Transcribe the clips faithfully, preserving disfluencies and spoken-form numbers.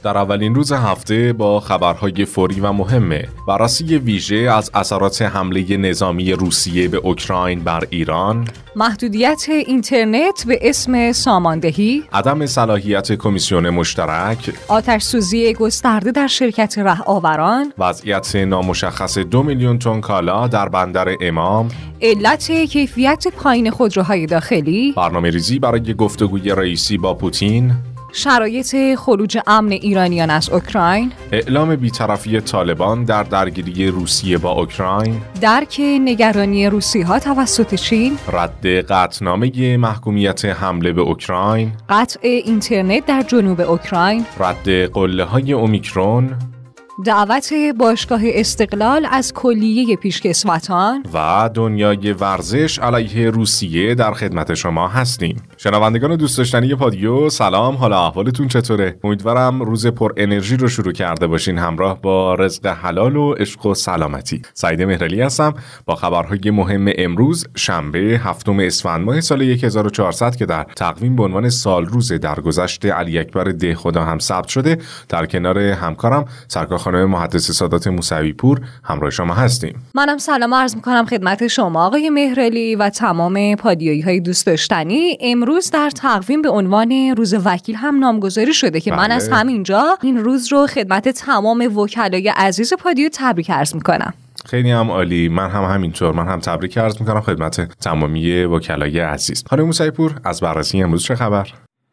در اولین روز هفته با خبرهای فوری و مهمه. بررسی ویژه از اثرات حمله نظامی روسیه به اوکراین بر ایران، محدودیت اینترنت به اسم ساماندهی، عدم صلاحیت کمیسیون مشترک، آتش‌سوزی گسترده در شرکت رهآوران، وضعیت نامشخص دو میلیون تن کالا در بندر امام، علت کیفیت پایین خودروهای داخلی، برنامه‌ریزی برای گفتگوی رئیسی با پوتین، شرایط خروج امن ایرانیان از اوکراین، اعلام بی‌طرفی طالبان در درگیری روسیه با اوکراین، درک نگرانی روسی‌ها توسط چین، رد قطعنامه محکومیت حمله به اوکراین، قطع اینترنت در جنوب اوکراین، رد قله‌های اومیکرون، دعوت باشگاه استقلال از کلیه پیشکسوتان و دنیای ورزش علیه روسیه در خدمت شما هستیم. شنوندگان دوست داشتنی پادیو، سلام، حال احوالتون چطوره؟ امیدوارم روز پر انرژی رو شروع کرده باشین همراه با رزق حلال و عشق و سلامتی. سعید مهرعلی هستم با خبرهای مهم امروز شنبه هفتم اسفند ماه سال هزار و چهارصد که در تقویم به عنوان سال روز درگذشت علی اکبر دهخدا هم ثبت شده. در کنار همکارم سرکار خانم محدث سادات موسوی پور همراه شما هستیم. منم سلام عرض میکنم خدمت شما آقای مهرعلی و تمام پادیویی های دوست داشتنی. امروز در تقویم به عنوان روز وکیل هم نامگذاری شده که بله. من از همینجا این روز رو خدمت تمام وکلای عزیز پادیو تبریک عرض میکنم. خیلی هم عالی. من هم همینطور، من هم تبریک عرض میکنم خدمت تمامی وکلای عزیز. خانم موسوی پور، از بررسی امروز چه خبر؟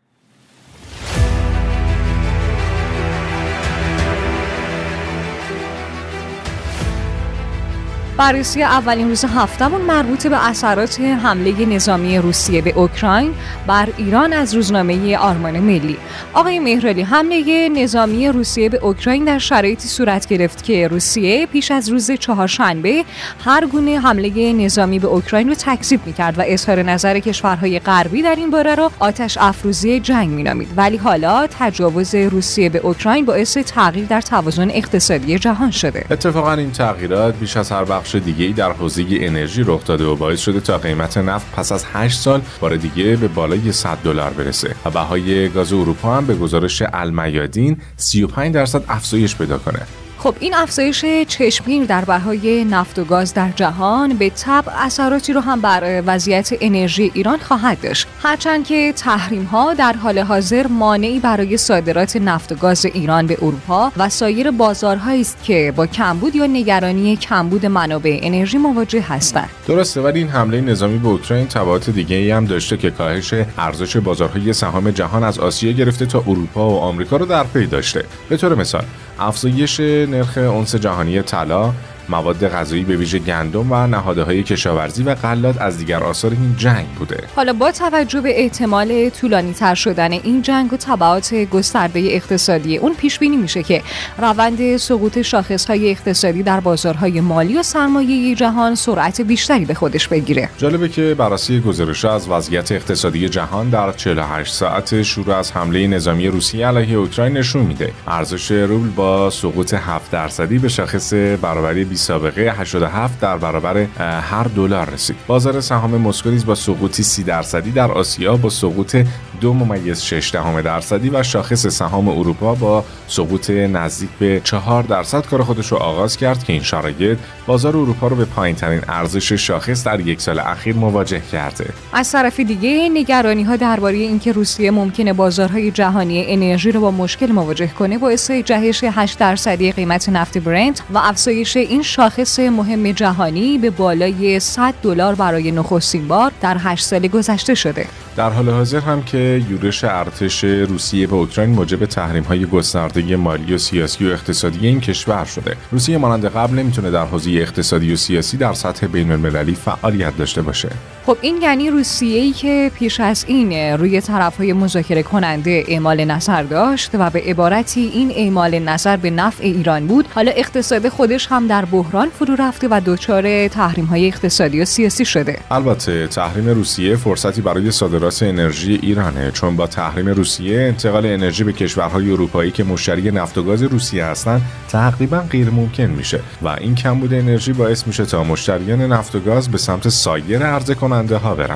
بررسی اولین روز هفتمون مربوط به اثرات حمله نظامی روسیه به اوکراین بر ایران از روزنامه آرمان ملی. آقای مهرعلی، حمله نظامی روسیه به اوکراین در شرایطی صورت گرفت که روسیه پیش از روز چهارشنبه هر گونه حمله نظامی به اوکراین رو تکذیب می‌کرد و اظهار نظر کشورهای غربی در این باره رو آتش افروزی جنگ می‌نامید. ولی حالا تجاوز روسیه به اوکراین باعث تغییر در توازن اقتصادی جهان شده. اتفاقاً این تغییرات بیش از هر بخش دیگه‌ای در حوزه انرژی رخ داده و باعث شده تا قیمت نفت پس از هشت سال بار دیگه به بالای صد دلار برسه و بهای گاز اروپا هم به گزارش المیادین سی و پنج درصد افزایش پیدا کنه. خب این افزایش چشمگیر در بهای نفت و گاز در جهان به طبع اثراتی رو هم بر وضعیت انرژی ایران خواهد داشت، هرچند که تحریم‌ها در حال حاضر مانعی برای صادرات نفت و گاز ایران به اروپا و سایر بازارهایی است که با کمبود یا نگرانی کمبود منابع انرژی مواجه هستند. درسته، ولی این حمله نظامی به اوکراین تبعات دیگه‌ای هم داشته که کاهش ارزش بازارهای سهام جهان از آسیا گرفته تا اروپا و آمریکا رو در پی داشته. به طور مثال افزایش نرخ اونس جهانی طلا، مواد غذایی به ویژه گندم و نهادهای کشاورزی و غلات از دیگر آثار این جنگ بوده. حالا با توجه به احتمال طولانی تر شدن این جنگ و تبعات گسترده اقتصادی اون پیش بینی میشه که روند سقوط شاخصهای اقتصادی در بازارهای مالی و سرمایه‌ای جهان سرعت بیشتری به خودش بگیره. جالبه که بررسی گزارش‌ها از وضعیت اقتصادی جهان در چهل و هشت ساعت شروع از حمله نظامی روسیه علیه اوکراین نشون میده ارزش روبل با سقوط هفت درصدی به شاخص برابری سابقه هشتاد و هفت در برابر هر دلار رسید. بازار سهام مسکو نیز با سقوطی سی درصدی در آسیا با سقوط دو ممیز شش دهم درصدی و شاخص سهام اروپا با سقوط نزدیک به چهار درصد کار خودش رو آغاز کرد که این شرایط بازار اروپا رو به پایین‌ترین ارزش شاخص در یک سال اخیر مواجه کرده. از طرف دیگه نگرانی‌ها درباره اینکه روسیه ممکنه بازارهای جهانی انرژی رو با مشکل مواجه کنه باعث جهش هشت درصدی قیمت نفت برنت و افزایش این شاخص مهم جهانی به بالای صد دلار برای نخستین بار در هشت سال گذشته شده. در حال حاضر هم که یورش ارتش روسیه به اوکراین موجب تحریم‌های گسترده مالی و سیاسی و اقتصادی این کشور شده. روسیه مانند قبل نمیتونه در حوزه اقتصادی و سیاسی در سطح بین‌المللی فعالیت داشته باشه. خب این یعنی روسیه‌ای که پیش از این روی طرف‌های مذاکره کننده اعمال نظر داشت و به عبارتی این اعمال نظر به نفع ایران بود، حالا اقتصاد خودش هم در بحران فرو رفته و دچار تحریم‌های اقتصادی و سیاسی شده. البته تحریم روسیه فرصتی برای صادرات انرژی ایرانه، چون با تحریم روسیه انتقال انرژی به کشورهای اروپایی که مشتری نفت و گاز روسیه هستند تقریبا غیر ممکن میشه و این کمبود انرژی باعث میشه تا مشتریان نفت و گاز به سمت سایر عرضه کننده ها برن.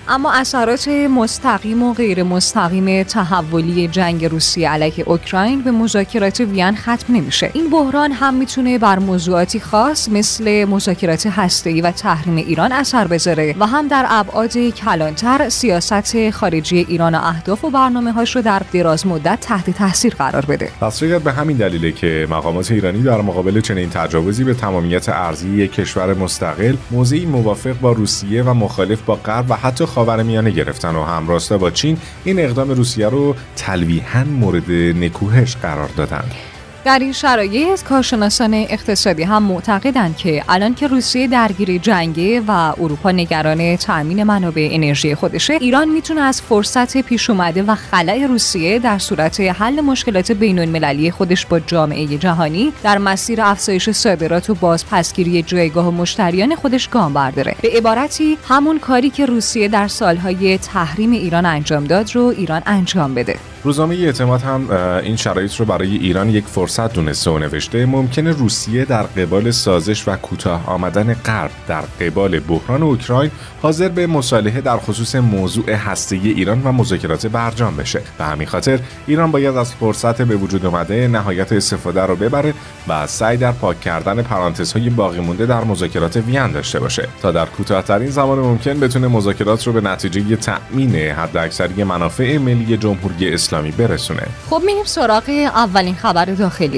اما اثرات مستقیم و غیر مستقیم تحولی جنگ روسیه علیه اوکراین به مذاکرات وین ختم نمیشه. این بحران هم میتونه بر موضوعاتی خاص مثل مذاکرات هسته‌ای و تحریم ایران اثر بذاره و هم در ابعاد کلانتر سیاست خارجی ایران و اهداف و برنامه‌هاش رو در دراز مدت تحت تاثیر قرار بده. پس شاید به همین دلیله که مقامات ایرانی در مقابل چنین تجاوزی به تمامیت ارضی یک کشور مستقل موضعی موافق با روسیه و مخالف با غرب و حتی خاورمیانه گرفتن و همراستا با چین این اقدام روسیه رو تلویحاً مورد نکوهش قرار دادن. در این شرایط کارشناسان اقتصادی هم معتقدند که الان که روسیه درگیر جنگه و اروپا نگران تأمین منابع انرژی خودشه، ایران میتونه از فرصت پیش اومده و خلأ روسیه در صورت حل مشکلات بین‌المللی خودش با جامعه جهانی در مسیر افزایش صادرات و بازپسگیری جایگاه مشتریان خودش گام برداره. به عبارتی همون کاری که روسیه در سالهای تحریم ایران انجام داد رو ایران انجام بده. روزنامه اعتماد هم این شرایط رو برای ایران یک فرصت دونسته و نوشته ممکنه روسیه در قبال سازش و کوتاه آمدن غرب در قبال بحران اوکراین حاضر به مصالحه در خصوص موضوع هسته‌ای ایران و مذاکرات برجام بشه. به همین خاطر ایران باید از فرصت به وجود اومده نهایت استفاده رو ببره و سعی در پاک کردن پرانتزهای باقی مونده در مذاکرات وین داشته باشه تا در کوتاه‌ترین زمان ممکن بتونه مذاکرات رو به نتیجه تأمین حداکثری منافع ملی جمهوری اسلامی برسونه. خب میریم سراغ اولین خبر داخلی.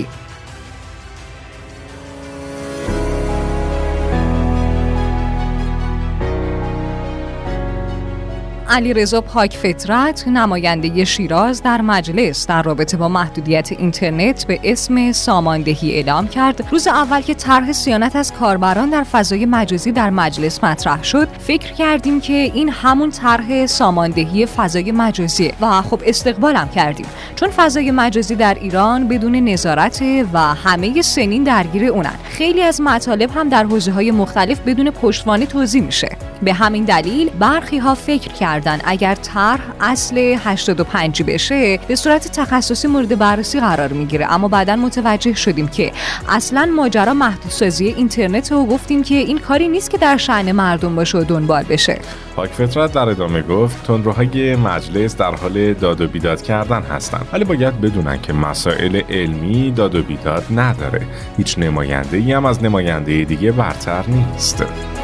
علیرضا پاکفطرت نماینده شیراز در مجلس در رابطه با محدودیت اینترنت به اسم ساماندهی اعلام کرد. روز اول که طرح صیانت از کاربران در فضای مجازی در مجلس مطرح شد، فکر کردیم که این همون طرح ساماندهی فضای مجازیه و خب استقبالم کردیم، چون فضای مجازی در ایران بدون نظارت و همه سنین درگیر اونن. خیلی از مطالب هم در حوزه‌های مختلف بدون پشتوانه توضیح میشه. به همین دلیل برخی ها فکر کردن اگر طرح اصل هشتاد و پنج بشه به صورت تخصصی مورد بررسی قرار میگیره، اما بعداً متوجه شدیم که اصلاً ماجرا محدودسازی اینترنت و گفتیم که این کاری نیست که در شأن مردم باشه و دنبال بشه. پاکفطرت در ادامه گفت تندروهای مجلس در حال داد و بیداد کردن هستند، ولی باید بدونن که مسائل علمی داد و بیداد نداره. هیچ نماینده‌ای هم از نماینده دیگه برتر نیست.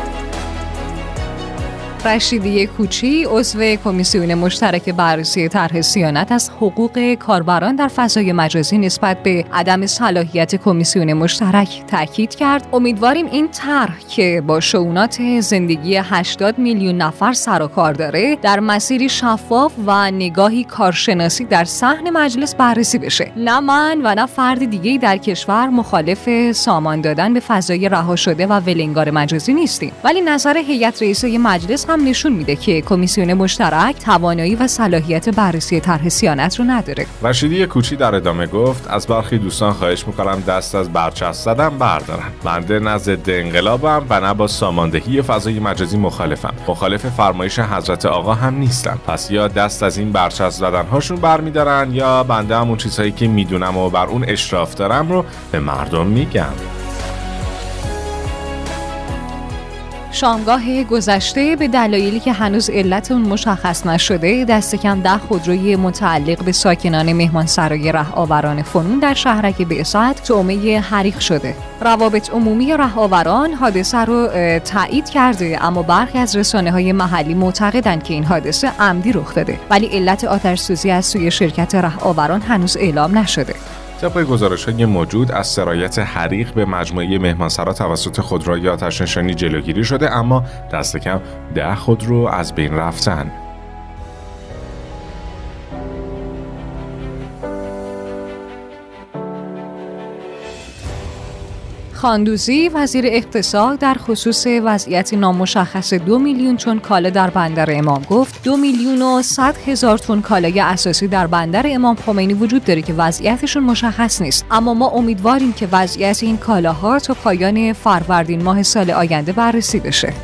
رشیدی کوچی عضو کمیسیون مشترک بررسی طرح صیانت از حقوق کاربران در فضای مجازی نسبت به عدم صلاحیت کمیسیون مشترک تاکید کرد امیدواریم این طرح که با شؤونات زندگی هشتاد میلیون نفر سر و کار داره در مسیری شفاف و نگاهی کارشناسی در صحن مجلس بررسی بشه. نه من و نه فرد دیگه‌ای در کشور مخالف سامان دادن به فضای رها شده و ولنگار مجازی نیستیم، ولی نظر هیئت رئیسه مجلس هم نشون میده که کمیسیون مشترک توانایی و صلاحیت بررسی طرح صیانت رو نداره. رشیدی کوچی در ادامه گفت از برخی دوستان خواهش میکنم دست از برچسب زدن بردارن. بنده نه ضد انقلابم و نه با ساماندهی فضای مجازی مخالفم. مخالف فرمایش حضرت آقا هم نیستم. پس یا دست از این برچسب زدن هاشون برمیدارن یا بنده همون چیزهایی که میدونم و بر اون اشراف دارم رو به مردم میگم. شامگاه گذشته به دلایلی که هنوز علت اون مشخص نشده دست کم ده خودروی متعلق به ساکنان مهمانسرای رهآوران فنون در شهرک بعثت تومه حریق شده. روابط عمومی رهآوران حادثه رو تایید کرده، اما برخی از رسانه‌های محلی معتقدند که این حادثه عمدی رخ داده، ولی علت آتش‌سوزی از سوی شرکت رهآوران هنوز اعلام نشده. طبق گزارش‌های موجود از سرایت حریق به مجموعه مهمانسرا توسط خودروی آتش‌نشانی جلوگیری شده، اما دست کم ده خودرو از بین رفتن. خاندوزی وزیر اقتصاد در خصوص وضعیت نامشخص دو میلیون تن کالا در بندر امام گفت دو میلیون و صد هزار تن کالای اساسی در بندر امام خمینی وجود داره که وضعیتشون مشخص نیست، اما ما امیدواریم که وضعیت این کالاها تا پایان فروردین ماه سال آینده بررسی بشه.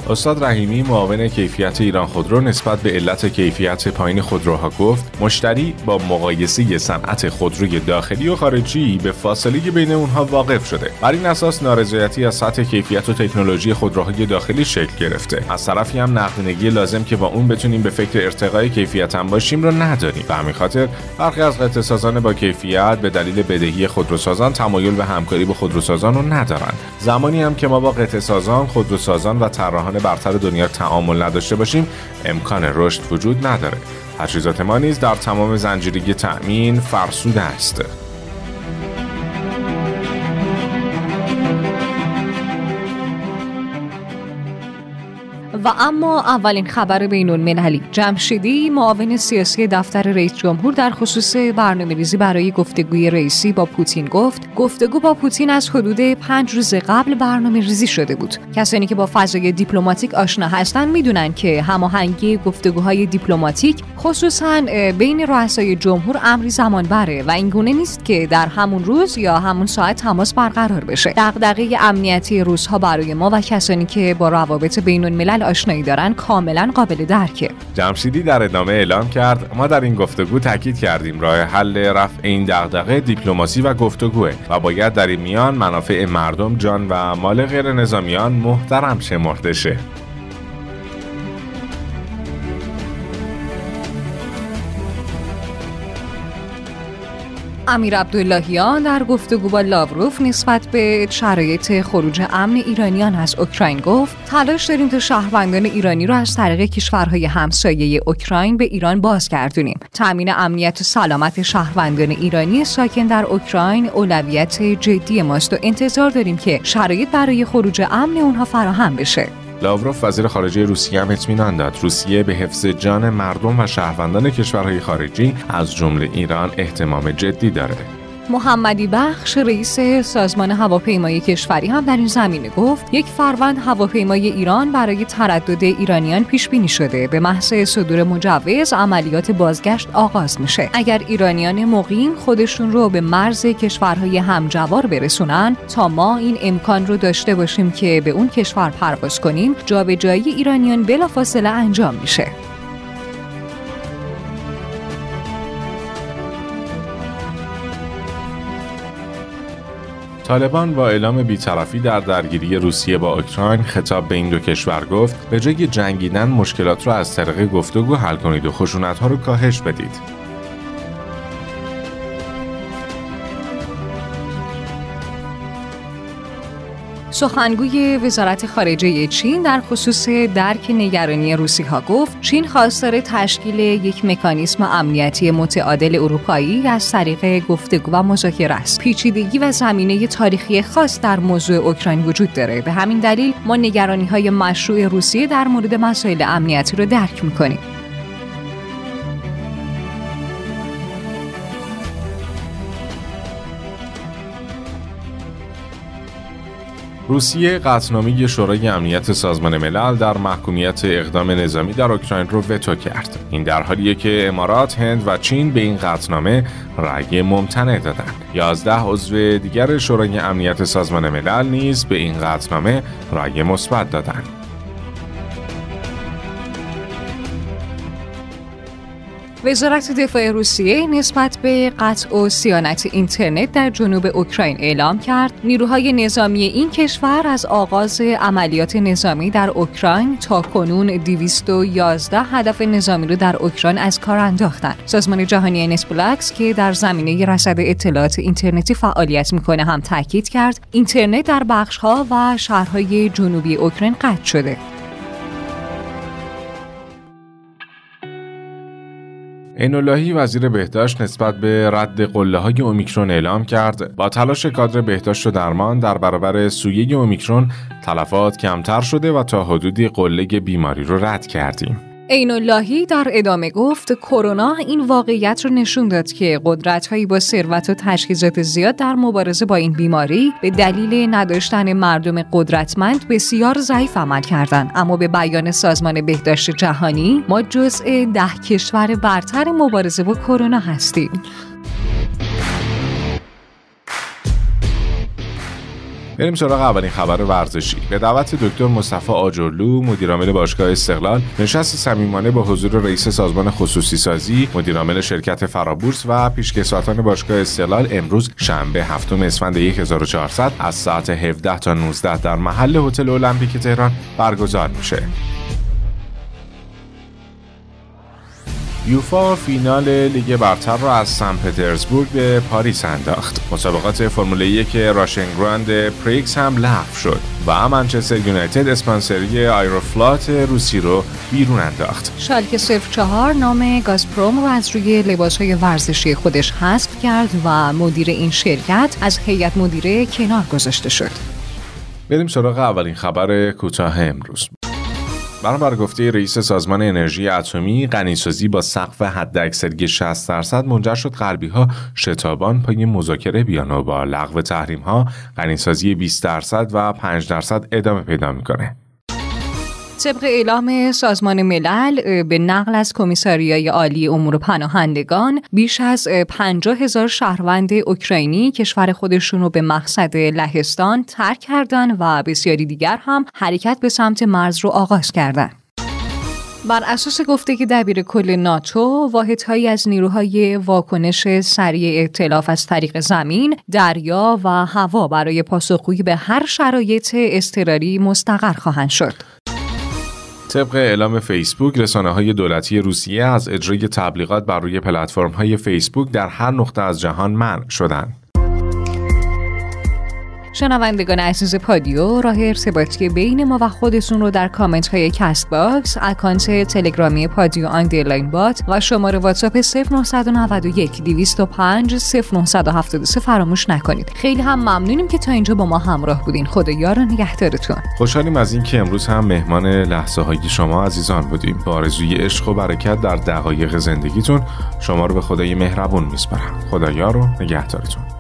استاد رحیمی معاون کیفیت ایران خودرو نسبت به علت کیفیت پایین خودروها گفت مشتری با مقایسه صنعت خودروی داخلی و خارجی به فاصله بین اونها واقف شده. بر این اساس نارضایتی از سطح کیفیت و تکنولوژی خودروهای داخلی شکل گرفته. از طرفی هم نقدینگی لازم که با اون بتونیم به فکر ارتقای کیفیت هم باشیم رو نداریم. به همین خاطر برخی از قطعه‌سازان با کیفیت به دلیل بدهی خودروسازان تمایل به همکاری با خودروسازان رو ندارن. زمانی هم که ما با قطعه‌سازان، خودروسازان و طراحان برتر دنیا تعامل نداشته باشیم، امکان رشد وجود نداره. تجهیزات ما نیز در تمام زنجیره تأمین فرسوده است. و اما اولین خبر بین‌المللی، جمشیدی معاون سیاسی دفتر رئیس جمهور در خصوص برنامه‌ریزی برای گفتگوی رئیسی با پوتین گفت گفتگو با پوتین از حدود پنج روز قبل برنامه‌ریزی شده بود. کسانی که با فضای دیپلماتیک آشنا هستند میدونن که هماهنگی گفتگوهای دیپلماتیک خصوصاً بین رؤسای جمهور امری زمان بره و این گونه نیست که در همون روز یا همون ساعت تماس برقرار بشه. دغدغه امنیتی روس‌ها برای ما و کسانی که با روابط بین‌الملل آشنایی دارن کاملا قابل درکه. جمشیدی در ادامه اعلام کرد ما در این گفتگو تاکید کردیم راه حل رفع این دغدغه دیپلماسی و گفتگوه و باید در این میان منافع مردم، جان و مال غیر نظامیان محترم شمرده شه. امیر عبداللهیان در گفتگو با لاوروف نسبت به شرایط خروج امن ایرانیان از اوکراین گفت تلاش داریم تا شهروندان ایرانی را از طریق کشورهای همسایه اوکراین به ایران بازگردونیم. تامین امنیت و سلامت شهروندان ایرانی ساکن در اوکراین اولویت جدی ماست و انتظار داریم که شرایط برای خروج امن اونها فراهم بشه. لاوروف وزیر خارجه روسیه هم اطمینان داد روسیه به حفظ جان مردم و شهروندان کشورهای خارجی از جمله ایران اهتمام جدی دارد. محمدی بخش رئیس سازمان هواپیمایی کشوری هم در این زمینه گفت یک فروند هواپیمای ایران برای تردد ایرانیان پیش بینی شده. به محض صدور مجوز عملیات بازگشت آغاز میشه. اگر ایرانیان مقیم خودشون رو به مرز کشورهای همجوار برسونن تا ما این امکان رو داشته باشیم که به اون کشور پرواز کنیم، جابجایی ایرانیان بلافاصله انجام میشه. طالبان با اعلام بی‌طرفی در درگیری روسیه با اوکراین خطاب به این دو کشور گفت به جای جنگیدن مشکلات را از طریق گفتگو حل کنید و خشونت‌ها را کاهش بدید. سخنگوی وزارت خارجه چین در خصوص درک نگرانی روسی‌ها گفت چین خواستار تشکیل یک مکانیزم امنیتی متعادل اروپایی از طریق گفتگو و مذاکره است. پیچیدگی و زمینه تاریخی خاص در موضوع اوکراین وجود داره. به همین دلیل ما نگرانی‌های مشروع روسیه در مورد مسائل امنیتی رو درک می‌کنیم. روسیه قطعنامه شورای امنیت سازمان ملل در محکومیت اقدام نظامی در اوکراین رو وتو کرد. این در حالیه که امارات، هند و چین به این قطعنامه رأی ممتنع دادند. یازده عضو دیگر شورای امنیت سازمان ملل نیز به این قطعنامه رأی مثبت دادند. وزارت دفاع روسیه نسبت به قطع و صیانت اینترنت در جنوب اوکراین اعلام کرد نیروهای نظامی این کشور از آغاز عملیات نظامی در اوکراین تا کنون دویست و یازده هدف نظامی رو در اوکراین از کار انداختند. سازمان جهانی انسپلاکس که در زمینه رصد اطلاعات اینترنتی فعالیت میکنه هم تاکید کرد اینترنت در بخش‌ها و شهرهای جنوبی اوکراین قطع شده. عین‌اللهی وزیر بهداشت نسبت به رد قله‌های اومیکرون اعلام کرد با تلاش کادر بهداشت و درمان در برابر سویه اومیکرون تلفات کمتر شده و تا حدودی قله بیماری رو رد کردیم. عین‌اللهی در ادامه گفت کرونا این واقعیت رو نشون داد که قدرت‌هایی با ثروت و تجهیزات زیاد در مبارزه با این بیماری به دلیل نداشتن مردم قدرتمند بسیار ضعیف عمل کردند. اما به بیان سازمان بهداشت جهانی ما جزء ده کشور برتر مبارزه با کرونا هستیم. بریم سراغ اولین خبر ورزشی. به دعوت دکتر مصطفی آجرلو، مدیرعامل باشگاه استقلال، نشست صمیمانه با حضور رئیس سازمان خصوصی سازی، مدیرعامل شرکت فرابورس و پیشکسوتان باشگاه استقلال امروز شنبه هفتم اسفند هزار و چهارصد از ساعت هفده تا نوزده در محل هتل المپیک تهران برگزار میشه. یوفا فینال لیگ برتر را از سن پترزبورگ به پاریس انداخت. مسابقات فرمول یک راشن گراند پریکس هم لغو شد و منچستر یونایتد اسپانسری آیروفلات روسی رو بیرون انداخت. شالکه صفر چهار نام گازپروم را از روی لباس‌های ورزشی خودش حذف کرد و مدیر این شرکت از هیئت مدیره کنار گذاشته شد. بریم سراغ اولین خبر کوتاه امروز. بنابر گفته رئیس سازمان انرژی اتمی، غنیسازی با سقف حداکثری شصت درصد منجر شد غربی‌ها شتابان پای مذاکره بیان و با لغو تحریم‌ها غنیسازی بیست درصد و پنج درصد ادامه پیدا می‌کنه. طبق اعلام سازمان ملل به نقل از کمیساریای عالی امور پناهندگان، بیش از پنجاه هزار شهروند اوکراینی کشور خودشون رو به مقصد لهستان ترک کردن و بسیاری دیگر هم حرکت به سمت مرز رو آغاز کردن. بر اساس گفته دبیر کل ناتو، واحدهایی از نیروهای واکنش سریع ائتلاف از طریق زمین، دریا و هوا برای پاسخگویی به هر شرایط اضطراری مستقر خواهند شد. طبق اعلام فیسبوک، رسانه‌های دولتی روسیه از اجرای تبلیغات بر روی پلتفرم‌های فیسبوک در هر نقطه از جهان منع شدند. شنوندگان عزیز پادیو، راه ارتباطی بین ما و خودتون رو در کامنت های کست باکس، اکانت تلگرامی پادیو آندرلاین بات و شماره واتساپ صفر نه نه یک دویست و پنج صفر نه هفت سه فراموش نکنید. خیلی هم ممنونیم که تا اینجا با ما همراه بودین. خدا یار و نگهدارتون. خوشحالیم از این که امروز هم مهمان لحظه های شما عزیزان بودیم. با آرزوی عشق و برکت در دقایق زندگیتون، شما رو به خدای مهربون میسپارم. خدا یار و نگهدارتون.